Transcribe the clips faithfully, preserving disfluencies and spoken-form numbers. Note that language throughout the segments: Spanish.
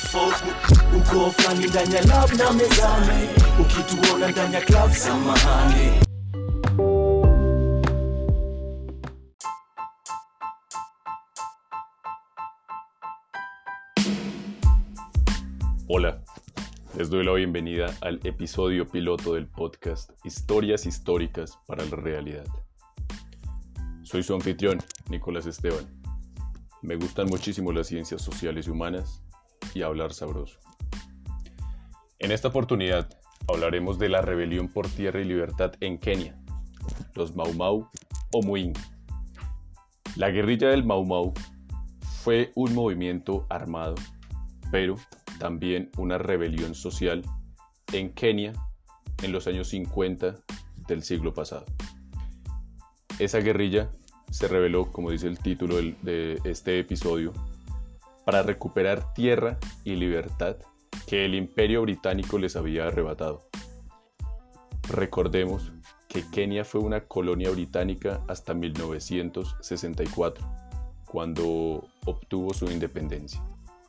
tofauti, uko fulani ndani ya lab na mezani, ukituona ndani ya club samahani. Hola, les doy la bienvenida al episodio piloto del podcast Historias Históricas para la Realidad. Soy su anfitrión, Nicolás Esteban. Me gustan muchísimo las ciencias sociales y humanas y hablar sabroso. En esta oportunidad hablaremos de la rebelión por tierra y libertad en Kenia, los Mau Mau o Mwingi. La guerrilla del Mau Mau fue un movimiento armado, pero también una rebelión social en Kenia en los años cincuenta del siglo pasado. Esa guerrilla se rebeló, como dice el título del, de este episodio, para recuperar tierra y libertad que el Imperio Británico les había arrebatado. Recordemos que Kenia fue una colonia británica hasta mil novecientos sesenta y cuatro, cuando obtuvo su independencia.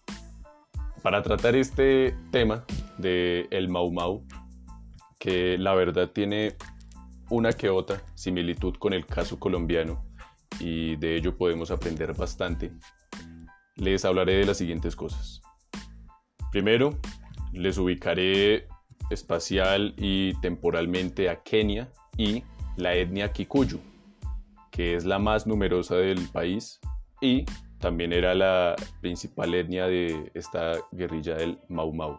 Para tratar este tema de el Mau Mau, que la verdad tiene una que otra similitud con el caso colombiano y de ello podemos aprender bastante, les hablaré de las siguientes cosas. Primero, les ubicaré espacial y temporalmente a Kenia y la etnia Kikuyu, que es la más numerosa del país y también era la principal etnia de esta guerrilla del Mau Mau.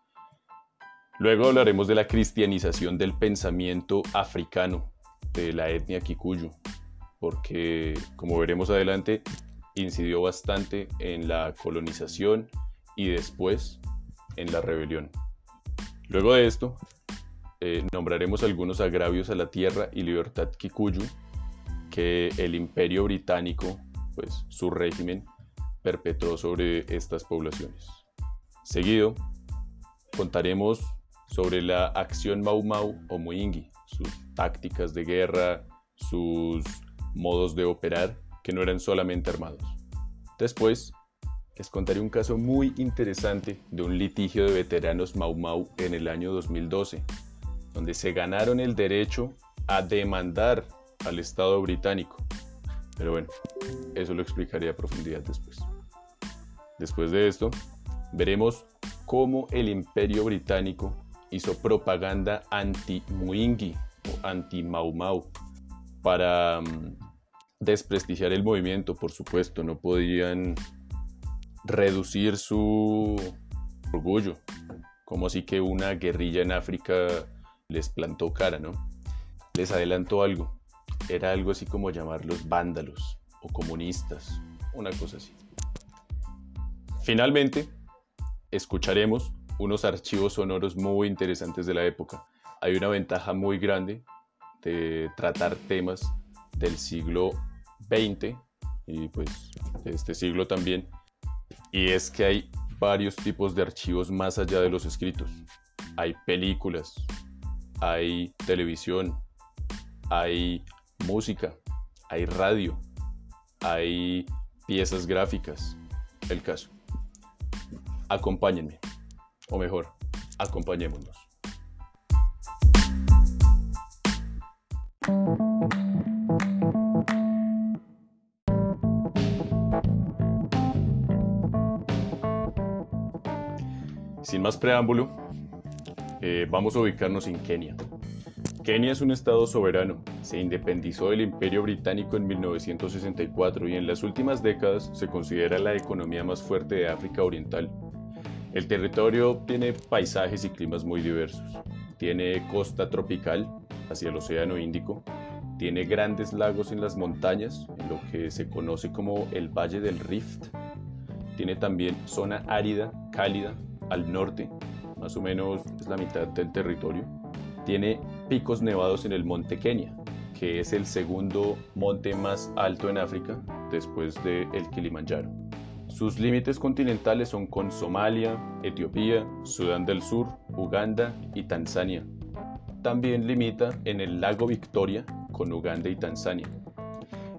Luego hablaremos de la cristianización del pensamiento africano de la etnia Kikuyu, porque, como veremos adelante, incidió bastante en la colonización y después en la rebelión. Luego de esto, eh, nombraremos algunos agravios a la tierra y libertad Kikuyu que el Imperio Británico, pues su régimen, perpetró sobre estas poblaciones. Seguido, contaremos sobre la acción Mau Mau o Mwingi, sus tácticas de guerra, sus modos de operar, que no eran solamente armados. Después, les contaré un caso muy interesante de un litigio de veteranos Mau Mau en el año dos mil doce, donde se ganaron el derecho a demandar al Estado británico. Pero bueno, eso lo explicaré a profundidad después. Después de esto, veremos cómo el Imperio Británico hizo propaganda anti-Mwingi o anti-Mau Mau para um, desprestigiar el movimiento. Por supuesto, no podían reducir su orgullo, como así que una guerrilla en África les plantó cara, ¿no? Les adelantó algo. Era algo así como llamarlos vándalos o comunistas, una cosa así. Finalmente, escucharemos unos archivos sonoros muy interesantes de la época. Hay una ventaja muy grande de tratar temas del siglo veinte y pues de este siglo también, y es que hay varios tipos de archivos más allá de los escritos. Hay películas, hay televisión, hay música, hay radio, hay piezas gráficas. El caso. Acompáñenme, o mejor, acompañémonos. Sin más preámbulo, eh, vamos a ubicarnos en Kenia. Kenia es un estado soberano, se independizó del Imperio Británico en mil novecientos sesenta y cuatro y en las últimas décadas se considera la economía más fuerte de África Oriental. El territorio tiene paisajes y climas muy diversos. Tiene costa tropical hacia el Océano Índico, tiene grandes lagos en las montañas, en lo que se conoce como el Valle del Rift. Tiene también zona árida, cálida, al norte, más o menos es la mitad del territorio. Tiene picos nevados en el monte Kenia, que es el segundo monte más alto en África, después del Kilimanjaro. Sus límites continentales son con Somalia, Etiopía, Sudán del Sur, Uganda y Tanzania. También limita en el lago Victoria con Uganda y Tanzania.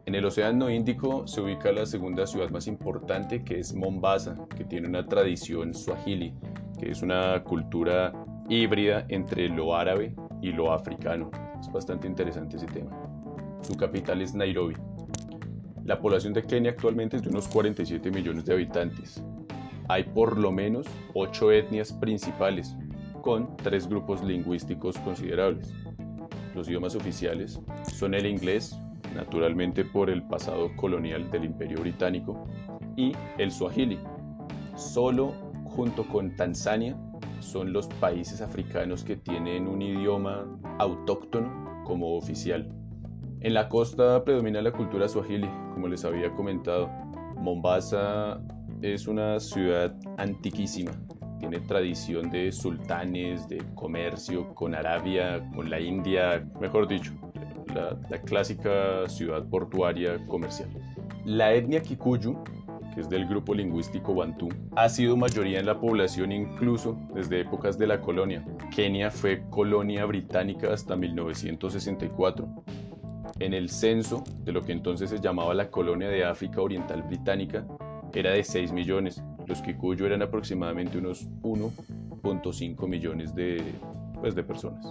En el Océano Índico se ubica la segunda ciudad más importante, que es Mombasa, que tiene una tradición suajili, que es una cultura híbrida entre lo árabe y lo africano. Es bastante interesante ese tema. Su capital es Nairobi. La población de Kenia actualmente es de unos cuarenta y siete millones de habitantes. Hay por lo menos ocho etnias principales, con tres grupos lingüísticos considerables. Los idiomas oficiales son el inglés, naturalmente por el pasado colonial del Imperio Británico, y el suajili. Solo junto con Tanzania son los países africanos que tienen un idioma autóctono como oficial. En la costa predomina la cultura suajili, como les había comentado. Mombasa es una ciudad antiquísima. Tiene tradición de sultanes, de comercio con Arabia, con la India, mejor dicho, la, la clásica ciudad portuaria comercial. La etnia Kikuyu, que es del grupo lingüístico Bantú, ha sido mayoría en la población incluso desde épocas de la colonia. Kenia fue colonia británica hasta mil novecientos sesenta y cuatro. En el censo de lo que entonces se llamaba la colonia de África Oriental Británica, era de seis millones. Los Kikuyu eran aproximadamente unos uno punto cinco millones de, pues, de personas.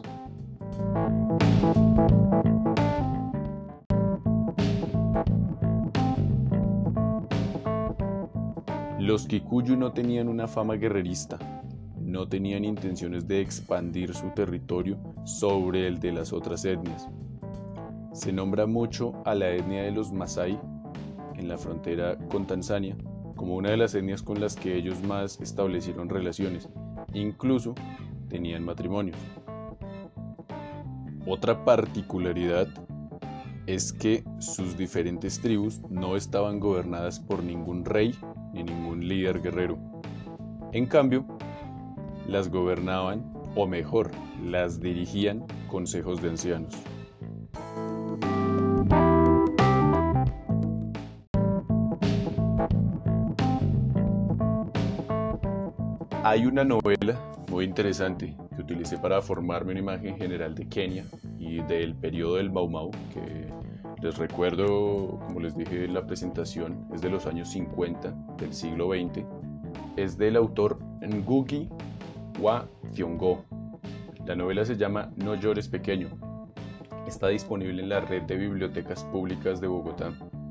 Los Kikuyu no tenían una fama guerrerista, no tenían intenciones de expandir su territorio sobre el de las otras etnias. Se nombra mucho a la etnia de los Masái en la frontera con Tanzania como una de las etnias con las que ellos más establecieron relaciones, incluso tenían matrimonios. Otra particularidad es que sus diferentes tribus no estaban gobernadas por ningún rey ni ningún líder guerrero. En cambio, las gobernaban, o mejor, las dirigían consejos de ancianos. Hay una novela muy interesante que utilicé para formarme una imagen general de Kenia y del periodo del Mau Mau, que les recuerdo, como les dije en la presentación, es de los años cincuenta del siglo veinte. Es del autor Ngugi wa Thiong'o. La novela se llama No llores pequeño. Está disponible en la red de bibliotecas públicas de Bogotá.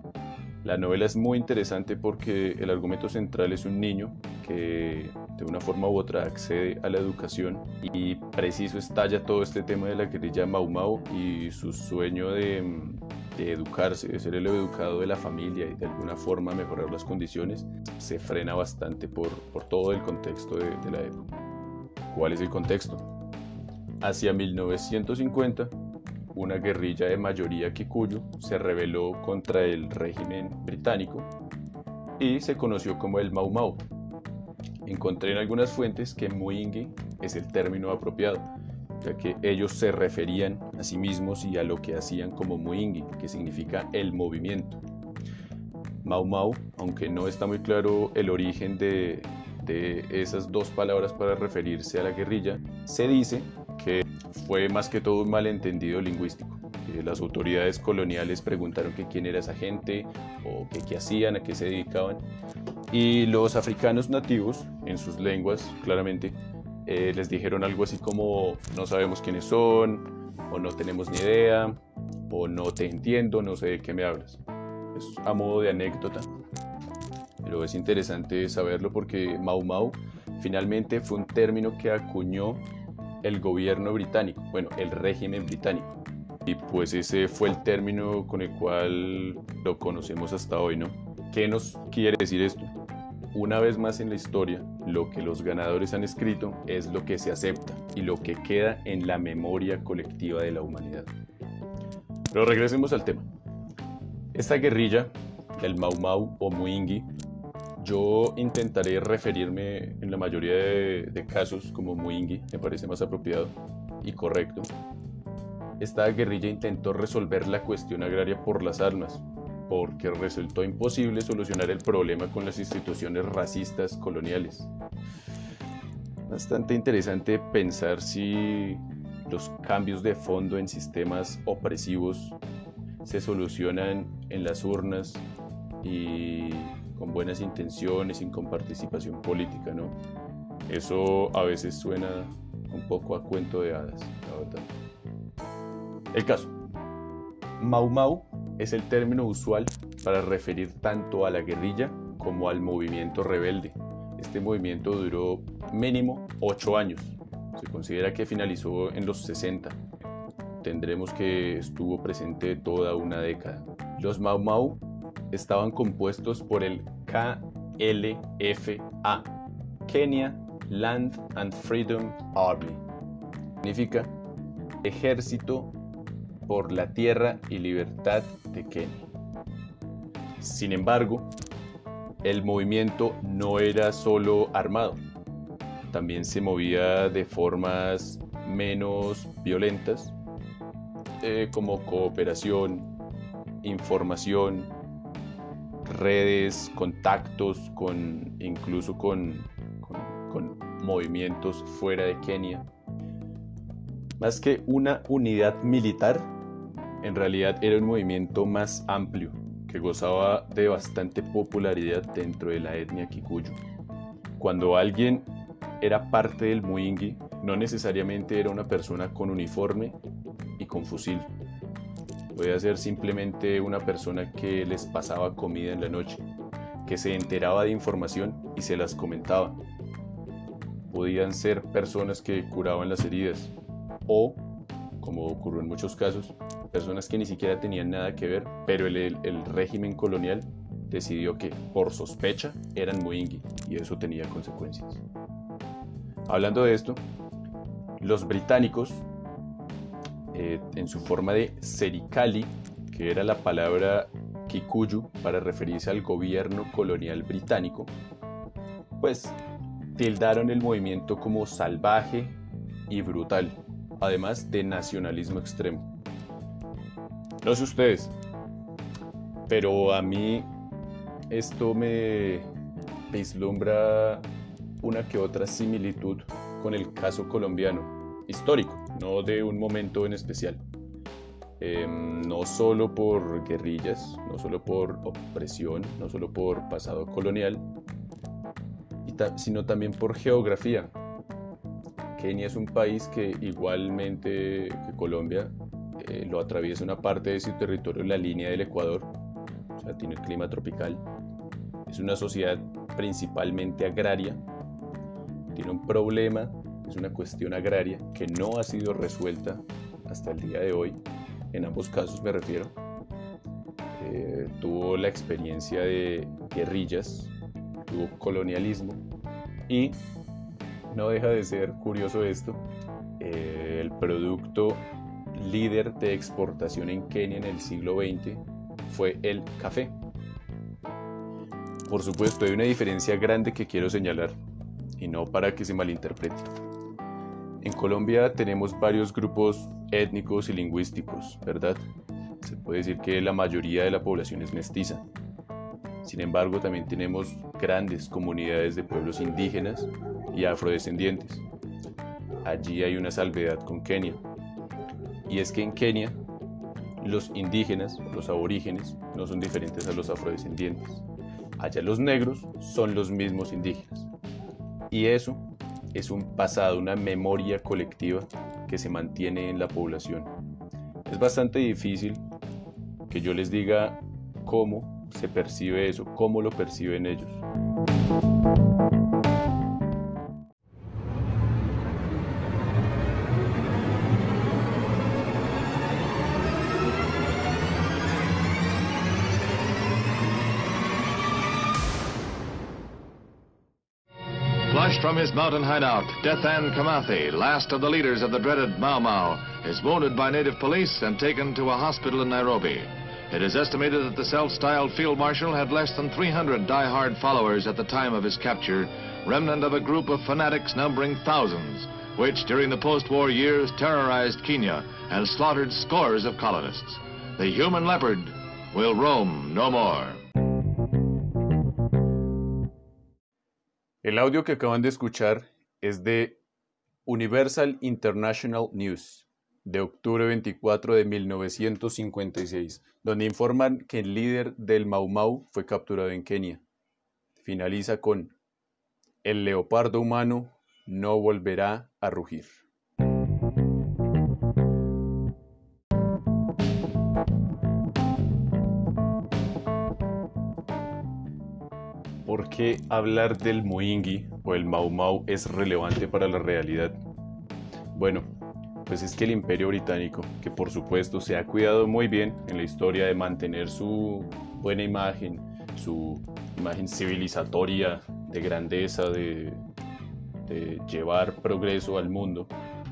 La novela es muy interesante porque el argumento central es un niño que de una forma u otra accede a la educación y preciso estalla todo este tema de la guerrilla Mau Mau y su sueño de, de educarse, de ser el educado de la familia y de alguna forma mejorar las condiciones, se frena bastante por, por todo el contexto de, de la época. ¿Cuál es el contexto? Hacia mil novecientos cincuenta, una guerrilla de mayoría kikuyu se rebeló contra el régimen británico y se conoció como el Mau Mau. Encontré en algunas fuentes que Muingi es el término apropiado, ya que ellos se referían a sí mismos y a lo que hacían como Muingi, que significa el movimiento. Mau Mau, aunque no está muy claro el origen de, de esas dos palabras para referirse a la guerrilla, se dice que fue más que todo un malentendido lingüístico. Que las autoridades coloniales preguntaron que quién era esa gente o que qué hacían, a qué se dedicaban, y los africanos nativos, en sus lenguas, claramente, eh, les dijeron algo así como no sabemos quiénes son, o no tenemos ni idea, o no te entiendo, no sé de qué me hablas. Es a modo de anécdota, pero es interesante saberlo porque Mau Mau finalmente fue un término que acuñó el gobierno británico, bueno, el régimen británico. Y pues ese fue el término con el cual lo conocemos hasta hoy, ¿no? ¿Qué nos quiere decir esto? Una vez más en la historia, lo que los ganadores han escrito es lo que se acepta y lo que queda en la memoria colectiva de la humanidad. Pero regresemos al tema. Esta guerrilla, el Mau Mau o Muingi, yo intentaré referirme en la mayoría de, de casos como Muingi, me parece más apropiado y correcto. Esta guerrilla intentó resolver la cuestión agraria por las armas, porque resultó imposible solucionar el problema con las instituciones racistas coloniales. Bastante interesante pensar si los cambios de fondo en sistemas opresivos se solucionan en las urnas y con buenas intenciones y con participación política, ¿no? Eso a veces suena un poco a cuento de hadas, la verdad. El caso. Mau Mau es el término usual para referir tanto a la guerrilla como al movimiento rebelde. Este movimiento duró mínimo ocho años. Se considera que finalizó en los sesenta. Tendremos que estuvo presente toda una década. Los Mau Mau estaban compuestos por el K L F A, Kenya Land and Freedom Army. Significa Ejército por la Tierra y Libertad de Kenia. Sin embargo, el movimiento no era solo armado, también se movía de formas menos violentas, eh, como cooperación, información, redes, contactos, con, incluso con, con, con movimientos fuera de Kenia. Más que una unidad militar, en realidad era un movimiento más amplio que gozaba de bastante popularidad dentro de la etnia Kikuyu. Cuando alguien era parte del Muingi, no necesariamente era una persona con uniforme y con fusil. Podía ser simplemente una persona que les pasaba comida en la noche, que se enteraba de información y se las comentaba. Podían ser personas que curaban las heridas o, como ocurrió en muchos casos, personas que ni siquiera tenían nada que ver, pero el, el, el régimen colonial decidió que, por sospecha, eran Muingi y eso tenía consecuencias. Hablando de esto, los británicos, eh, en su forma de Serikali, que era la palabra Kikuyu para referirse al gobierno colonial británico, pues tildaron el movimiento como salvaje y brutal, además de nacionalismo extremo. No sé ustedes, pero a mí esto me vislumbra una que otra similitud con el caso colombiano, histórico, no de un momento en especial. Eh, no solo por guerrillas, no solo por opresión, no solo por pasado colonial, y ta- sino también por geografía. Kenia es un país que, igualmente que Colombia, eh, lo atraviesa una parte de su territorio, la línea del Ecuador, o sea, tiene el clima tropical. Es una sociedad principalmente agraria, tiene un problema, es una cuestión agraria que no ha sido resuelta hasta el día de hoy. En ambos casos me refiero. Eh, tuvo la experiencia de guerrillas, tuvo colonialismo y no deja de ser curioso esto. Eh, el producto líder de exportación en Kenia en el siglo veinte fue el café. Por supuesto, hay una diferencia grande que quiero señalar y no para que se malinterprete. En Colombia tenemos varios grupos étnicos y lingüísticos, ¿verdad? Se puede decir que la mayoría de la población es mestiza. Sin embargo, también tenemos grandes comunidades de pueblos indígenas y afrodescendientes. Allí hay una salvedad con Kenia. Y es que en Kenia, los indígenas, los aborígenes, no son diferentes a los afrodescendientes. Allá los negros son los mismos indígenas. Y eso es un pasado, una memoria colectiva que se mantiene en la población. Es bastante difícil que yo les diga cómo se percibe eso, cómo lo perciben ellos. Flushed from his mountain hideout, Dethan Kamathi, last of the leaders of the dreaded Mau Mau, is wounded by native police and taken to a hospital in Nairobi. It is estimated that the self-styled field marshal had less than three hundred die-hard followers at the time of his capture, remnant of a group of fanatics numbering thousands, which during the post-war years terrorized Kenya and slaughtered scores of colonists. The human leopard will roam no more. El audio que acaban de escuchar es de Universal International News, de octubre veinticuatro de mil novecientos cincuenta y seis, donde informan que el líder del Mau Mau fue capturado en Kenia. Finaliza con: el leopardo humano no volverá a rugir. ¿Por qué hablar del Muingui o el Mau Mau es relevante para la realidad? Bueno, pues es que el Imperio Británico, que por supuesto se ha cuidado muy bien en la historia de mantener su buena imagen, su imagen civilizatoria, de grandeza, de, de llevar progreso al mundo,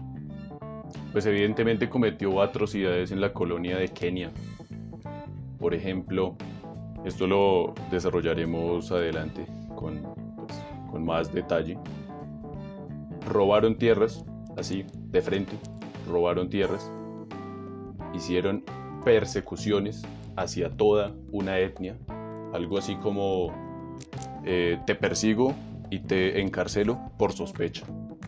pues evidentemente cometió atrocidades en la colonia de Kenia. Por ejemplo, esto lo desarrollaremos adelante con, pues, con más detalle. Robaron tierras, así, de frente, robaron tierras, hicieron persecuciones hacia toda una etnia, algo así como eh, te persigo y te encarcelo por sospecha.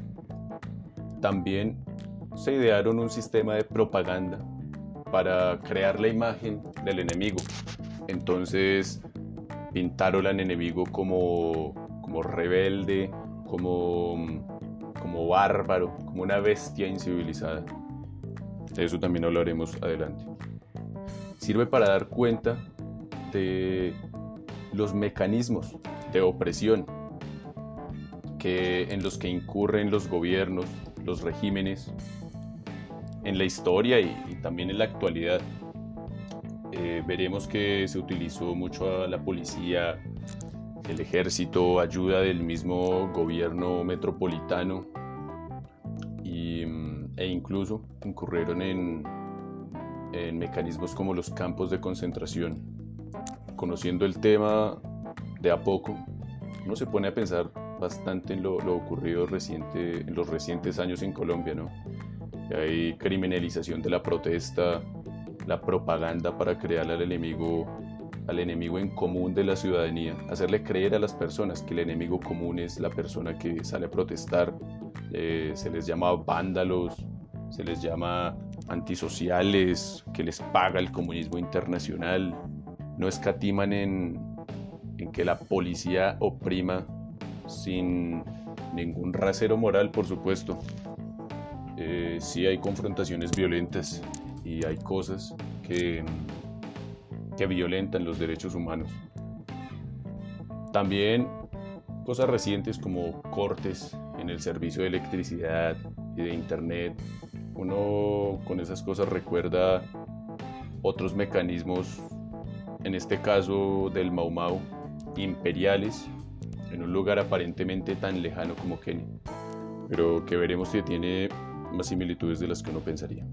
También se idearon un sistema de propaganda para crear la imagen del enemigo. Entonces pintaron al enemigo como, como rebelde, como, como bárbaro, como una bestia incivilizada. De eso también hablaremos adelante. Sirve para dar cuenta de los mecanismos de opresión que, en los que incurren los gobiernos, los regímenes, en la historia y, y también en la actualidad. Eh, veremos que se utilizó mucho a la policía, el ejército, ayuda del mismo gobierno metropolitano y, e incluso incurrieron en, en mecanismos como los campos de concentración. Conociendo el tema de a poco, uno se pone a pensar bastante en lo, lo ocurrido reciente, en los recientes años en Colombia, ¿no? Hay criminalización de la protesta, la propaganda para crear al enemigo, al enemigo en común de la ciudadanía, hacerle creer a las personas que el enemigo común es la persona que sale a protestar. Eh, se les llama vándalos, se les llama antisociales, que les paga el comunismo internacional. No escatiman en, en que la policía oprima sin ningún rasero moral, por supuesto. Eh, sí hay confrontaciones violentas y hay cosas que, que violentan los derechos humanos. También cosas recientes como cortes en el servicio de electricidad y de internet. Uno con esas cosas recuerda otros mecanismos, en este caso del Mau Mau, imperiales, en un lugar aparentemente tan lejano como Kenia, pero que veremos que tiene más similitudes de las que uno pensaría.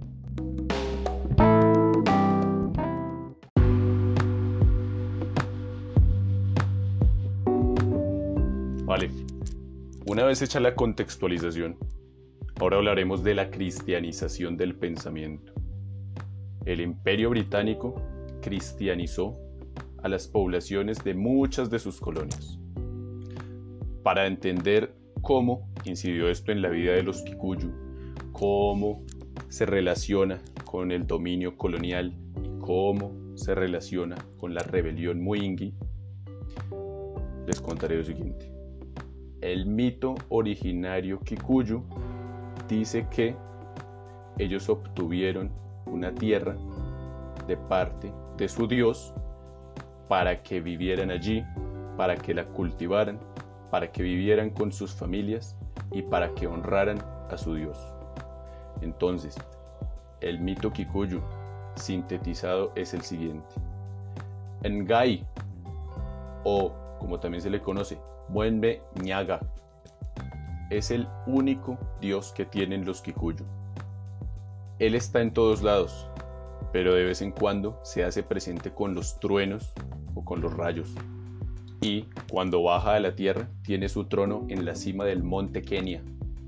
Vale, una vez hecha la contextualización, ahora hablaremos de la cristianización del pensamiento. El Imperio Británico cristianizó a las poblaciones de muchas de sus colonias. Para entender cómo incidió esto en la vida de los Kikuyu, cómo se relaciona con el dominio colonial y cómo se relaciona con la rebelión Muingui, les contaré lo siguiente. El mito originario Kikuyu dice que ellos obtuvieron una tierra de parte de su dios para que vivieran allí, para que la cultivaran, para que vivieran con sus familias y para que honraran a su dios. Entonces, el mito Kikuyu sintetizado es el siguiente. Ngai, o como también se le conoce, Muenbe Ñaga, es el único dios que tienen los Kikuyu. Él está en todos lados, pero de vez en cuando se hace presente con los truenos o con los rayos. Y cuando baja a la tierra, tiene su trono en la cima del monte Kenia.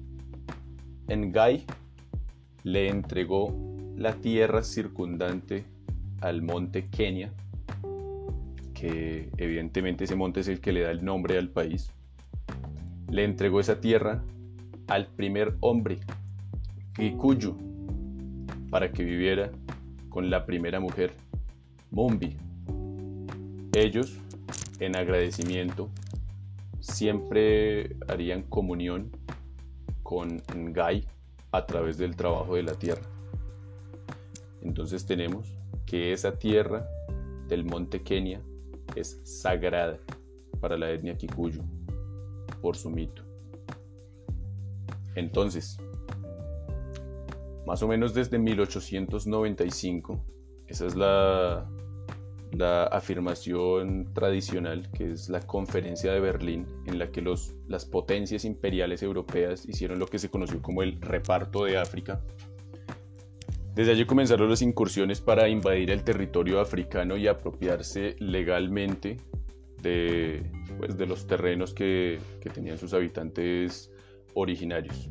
Ngai le entregó la tierra circundante al monte Kenia, que evidentemente ese monte es el que le da el nombre al país. Le entregó esa tierra al primer hombre, Kikuyu, para que viviera con la primera mujer, Mumbi. Ellos, en agradecimiento, siempre harían comunión con Ngai a través del trabajo de la tierra. Entonces tenemos que esa tierra del monte Kenia es sagrada para la etnia Kikuyu por su mito. Entonces, más o menos desde mil ochocientos noventa y cinco, esa es la, la afirmación tradicional, que es la Conferencia de Berlín, en la que los, las potencias imperiales europeas hicieron lo que se conoció como el reparto de África. Desde allí comenzaron las incursiones para invadir el territorio africano y apropiarse legalmente de, pues, de los terrenos que, que tenían sus habitantes originarios.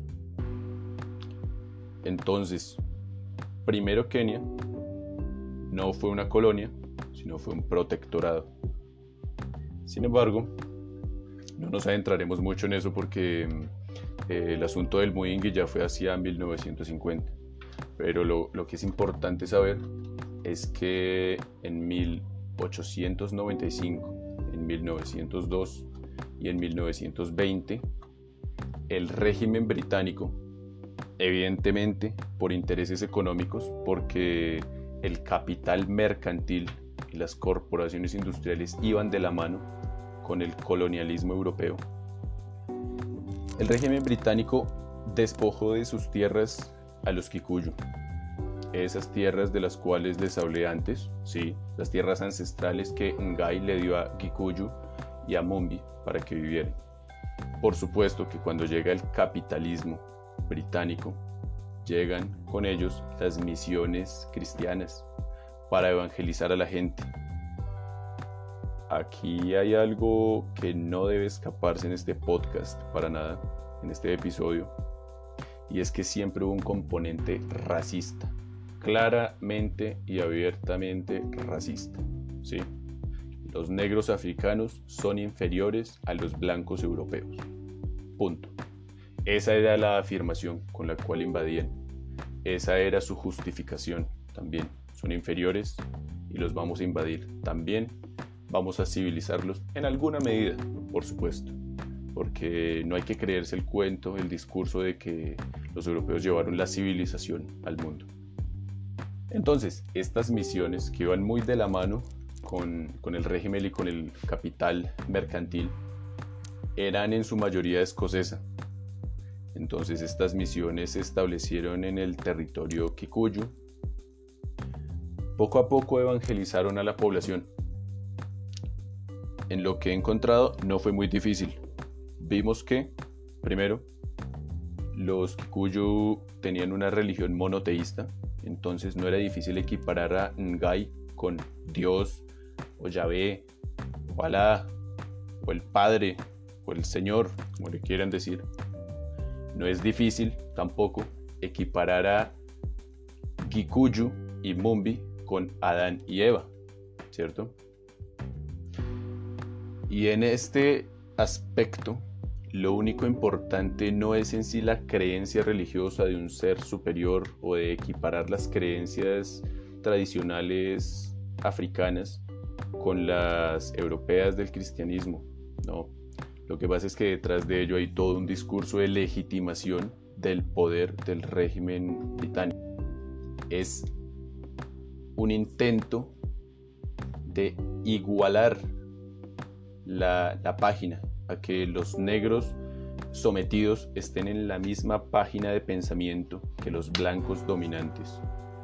Entonces, primero Kenia no fue una colonia, sino fue un protectorado. Sin embargo, no nos adentraremos mucho en eso porque eh, el asunto del Muingi ya fue hacia mil novecientos cincuenta. Pero lo, lo que es importante saber es que en mil ochocientos noventa y cinco, en mil novecientos dos y en mil novecientos veinte, el régimen británico, evidentemente por intereses económicos, porque el capital mercantil y las corporaciones industriales iban de la mano con el colonialismo europeo, el régimen británico despojó de sus tierras a los Kikuyu, esas tierras de las cuales les hablé antes, sí, las tierras ancestrales que Ngai le dio a Kikuyu y a Mumbi para que vivieran. Por supuesto que cuando llega el capitalismo británico, llegan con ellos las misiones cristianas para evangelizar a la gente. Aquí hay algo que no debe escaparse en este podcast para nada, en este episodio, y es que siempre hubo un componente racista, claramente y abiertamente racista, ¿sí? Los negros africanos son inferiores a los blancos europeos. Punto. Esa era la afirmación con la cual invadían. Esa era su justificación también. Son inferiores y los vamos a invadir. También vamos a civilizarlos en alguna medida, por supuesto. Porque no hay que creerse el cuento, el discurso de que los europeos llevaron la civilización al mundo. Entonces, estas misiones que iban muy de la mano con, con el régimen y con el capital mercantil eran en su mayoría escocesa. Entonces estas misiones se establecieron en el territorio Kikuyu. Poco a poco evangelizaron a la población. En lo que he encontrado no fue muy difícil. Vimos que, primero, los Kikuyu tenían una religión monoteísta, entonces no era difícil equiparar a Ngai con Dios, o Yahvé, o Alá, o el Padre, o el Señor, como le quieran decir. No es difícil tampoco equiparar a Kikuyu y Mumbi con Adán y Eva, ¿cierto? Y en este aspecto, lo único importante no es en sí la creencia religiosa de un ser superior o de equiparar las creencias tradicionales africanas con las europeas del cristianismo, no. Lo que pasa es que detrás de ello hay todo un discurso de legitimación del poder del régimen británico. Es un intento de igualar la, la página, a que los negros sometidos estén en la misma página de pensamiento que los blancos dominantes.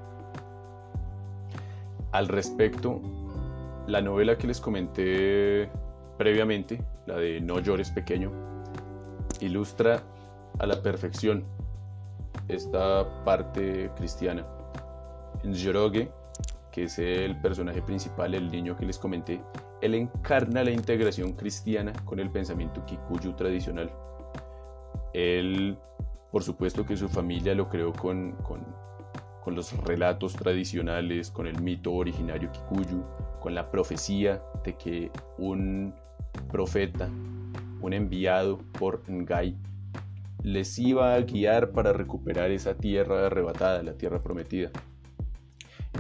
Al respecto, la novela que les comenté previamente, la de No llores pequeño, ilustra a la perfección esta parte cristiana. Njoroge, que es el personaje principal, el niño que les comenté, él encarna la integración cristiana con el pensamiento Kikuyu tradicional. Él, por supuesto que su familia lo creó con, con, con los relatos tradicionales, con el mito originario Kikuyu, con la profecía de que un profeta, un enviado por Ngai, les iba a guiar para recuperar esa tierra arrebatada, la tierra prometida.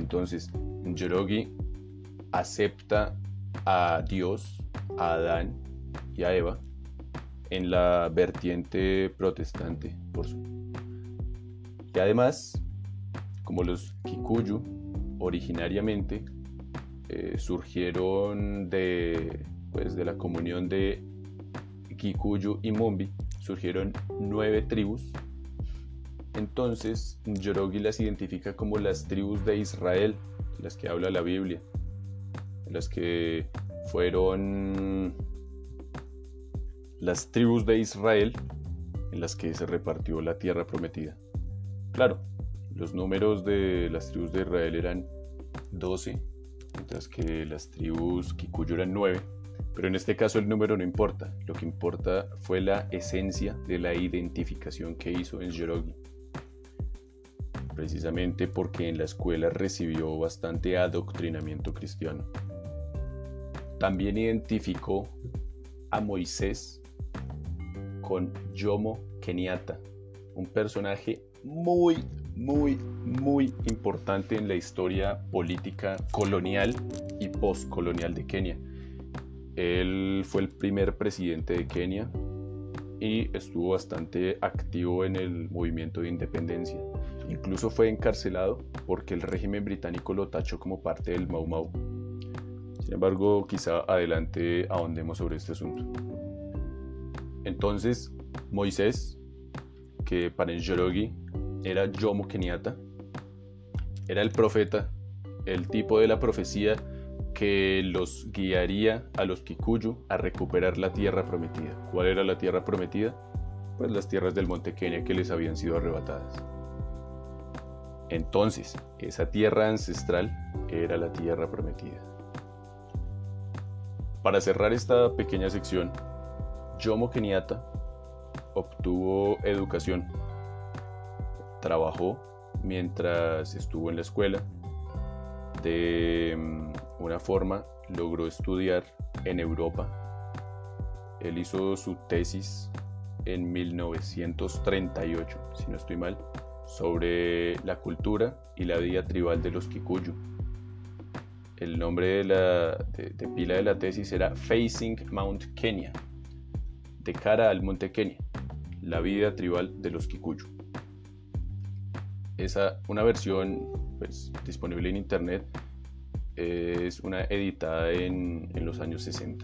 Entonces, Njoroge acepta a Dios, a Adán y a Eva en la vertiente protestante, por su. Y además, como los Kikuyu originariamente eh, surgieron de, pues, de la comunión de Kikuyu y Mombi, surgieron nueve tribus. Entonces, Njoroge las identifica como las tribus de Israel, de las que habla la Biblia, de las que fueron las tribus de Israel en las que se repartió la tierra prometida. Claro, los números de las tribus de Israel eran doce, mientras que las tribus Kikuyu eran nueve, pero en este caso el número no importa, lo que importa fue la esencia de la identificación que hizo Njoroge, precisamente porque en la escuela recibió bastante adoctrinamiento cristiano. También identificó a Moisés con Jomo Kenyatta, un personaje muy, muy, muy importante en la historia política colonial y postcolonial de Kenia. Él fue el primer presidente de Kenia y estuvo bastante activo en el movimiento de independencia. Incluso fue encarcelado porque el régimen británico lo tachó como parte del Mau Mau. Sin embargo, quizá adelante ahondemos sobre este asunto. Entonces, Moisés, que para Njoroge era Jomo Kenyatta, era el profeta, el tipo de la profecía que los guiaría a los Kikuyu a recuperar la tierra prometida. ¿Cuál era la tierra prometida? Pues las tierras del monte Kenia que les habían sido arrebatadas. Entonces, esa tierra ancestral era la tierra prometida. Para cerrar esta pequeña sección, Jomo Kenyatta obtuvo educación, trabajó mientras estuvo en la escuela, de una forma logró estudiar en Europa. Él hizo su tesis en mil novecientos treinta y ocho, si no estoy mal, sobre la cultura y la vida tribal de los Kikuyu. El nombre de, la, de, de pila de la tesis era Facing Mount Kenya, de cara al monte Kenia, la vida tribal de los Kikuyu. Esa, una versión pues, disponible en internet, es una editada en, en los años sesenta.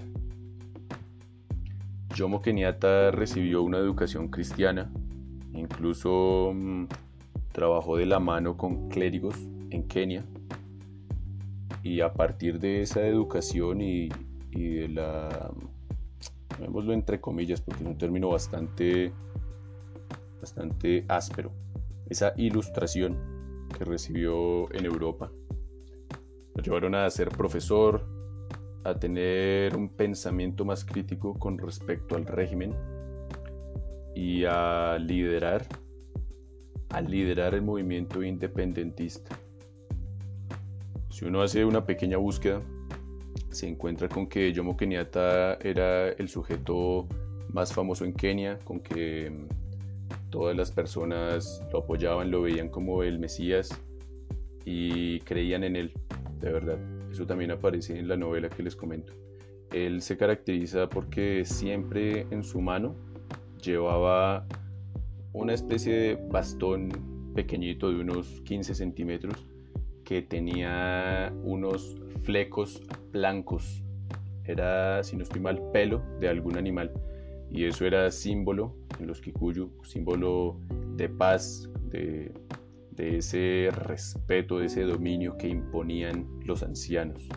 Jomo Kenyatta recibió una educación cristiana, incluso mmm, trabajó de la mano con clérigos en Kenia, y a partir de esa educación y, y de la, llamémoslo entre comillas porque es un término bastante, bastante áspero, esa ilustración que recibió en Europa, lo llevaron a ser profesor, a tener un pensamiento más crítico con respecto al régimen y a liderar, a liderar el movimiento independentista. Si uno hace una pequeña búsqueda, se encuentra con que Jomo Kenyatta era el sujeto más famoso en Kenia, con que todas las personas lo apoyaban, lo veían como el Mesías y creían en él, de verdad. Eso también aparece en la novela que les comento. Él se caracteriza porque siempre en su mano llevaba una especie de bastón pequeñito de unos quince centímetros que tenía unos flecos blancos. Era, si no estoy mal, pelo de algún animal. Y eso era símbolo en los Kikuyu, símbolo de paz, de, de ese respeto, de ese dominio que imponían los ancianos.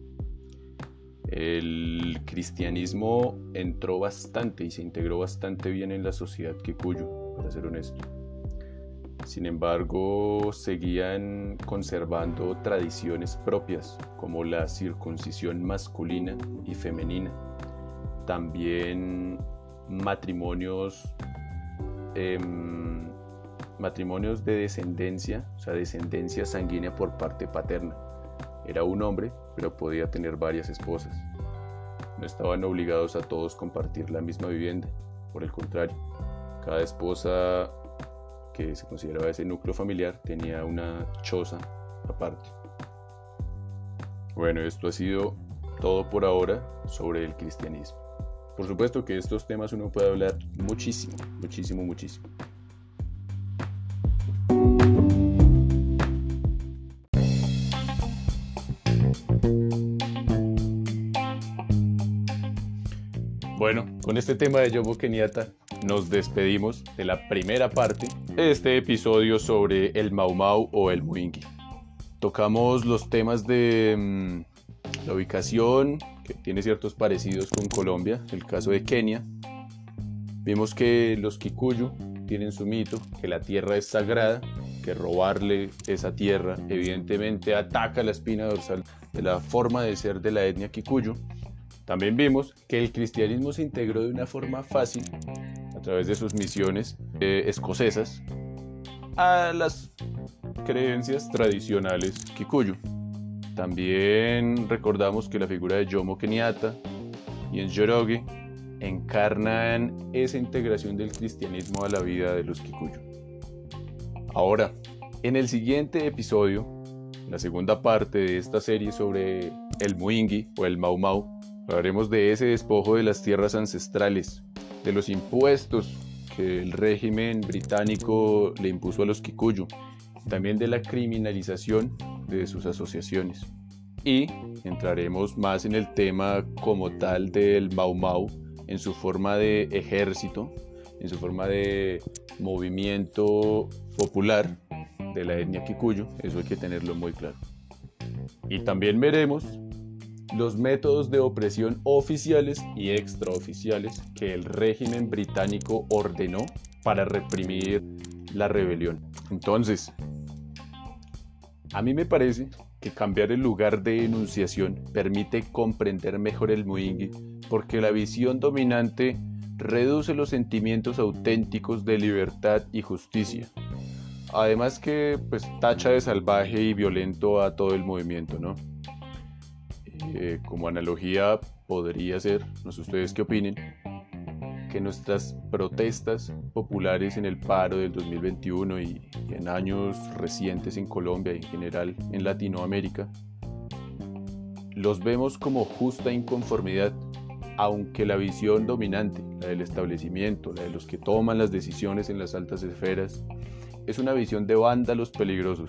El cristianismo entró bastante y se integró bastante bien en la sociedad Kikuyu, para ser honesto. Sin embargo, seguían conservando tradiciones propias, como la circuncisión masculina y femenina. También matrimonios, eh, matrimonios de descendencia, o sea, descendencia sanguínea por parte paterna. Era un hombre, pero podía tener varias esposas. No estaban obligados a todos compartir la misma vivienda. Por el contrario, cada esposa que se consideraba ese núcleo familiar tenía una choza aparte. Bueno, esto ha sido todo por ahora sobre el cristianismo. Por supuesto que estos temas uno puede hablar muchísimo, muchísimo, muchísimo. Bueno, con este tema de Jomo Kenyatta nos despedimos de la primera parte de este episodio sobre el Mau Mau o el Mwingi. Tocamos los temas de mmm, la ubicación, que tiene ciertos parecidos con Colombia, el caso de Kenia. Vimos que los Kikuyu tienen su mito, que la tierra es sagrada, que robarle esa tierra evidentemente ataca la espina dorsal de la forma de ser de la etnia Kikuyu. También vimos que el cristianismo se integró de una forma fácil a través de sus misiones eh, escocesas a las creencias tradicionales Kikuyu. También recordamos que la figura de Jomo Kenyatta y Njoroge encarnan esa integración del cristianismo a la vida de los Kikuyu. Ahora, en el siguiente episodio, la segunda parte de esta serie sobre el Mwingi o el Mau Mau, hablaremos de ese despojo de las tierras ancestrales, de los impuestos que el régimen británico le impuso a los Kikuyu, también de la criminalización de sus asociaciones. Y entraremos más en el tema como tal del Mau Mau, en su forma de ejército, en su forma de movimiento popular de la etnia Kikuyu. Eso hay que tenerlo muy claro. Y también veremos los métodos de opresión oficiales y extraoficiales que el régimen británico ordenó para reprimir la rebelión. Entonces, a mí me parece que cambiar el lugar de enunciación permite comprender mejor el Mwingi, porque la visión dominante reduce los sentimientos auténticos de libertad y justicia. Además que pues tacha de salvaje y violento a todo el movimiento, ¿no? Eh, como analogía podría ser, no sé ustedes qué opinen, que nuestras protestas populares en el paro del dos mil veintiuno y, y en años recientes en Colombia y en general en Latinoamérica, los vemos como justa inconformidad, aunque la visión dominante, la del establecimiento, la de los que toman las decisiones en las altas esferas, es una visión de vándalos peligrosos.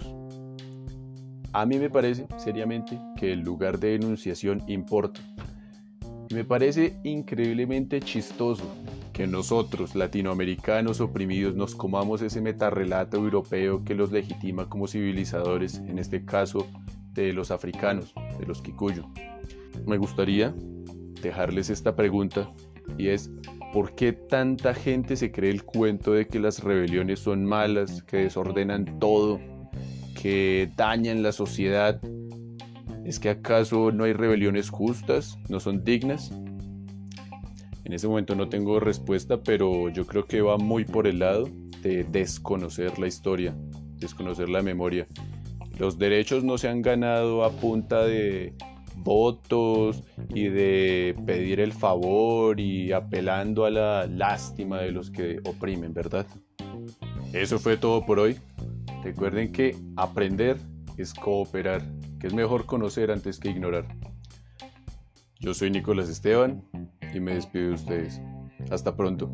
A mí me parece, seriamente, que el lugar de enunciación importa. Y me parece increíblemente chistoso que nosotros, latinoamericanos oprimidos, nos comamos ese metarrelato europeo que los legitima como civilizadores, en este caso de los africanos, de los Kikuyu. Me gustaría dejarles esta pregunta, y es: ¿por qué tanta gente se cree el cuento de que las rebeliones son malas, que desordenan todo, que dañan la sociedad? ¿Es que acaso no hay rebeliones justas? ¿No son dignas? En ese momento no tengo respuesta, pero yo creo que va muy por el lado de desconocer la historia, desconocer la memoria. Los derechos no se han ganado a punta de votos y de pedir el favor y apelando a la lástima de los que oprimen, ¿verdad? Eso fue todo por hoy. Recuerden que aprender es cooperar, que es mejor conocer antes que ignorar. Yo soy Nicolás Esteban y me despido de ustedes. Hasta pronto.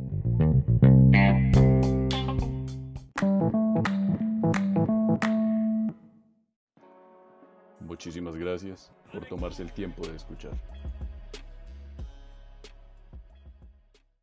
Muchísimas gracias por tomarse el tiempo de escuchar.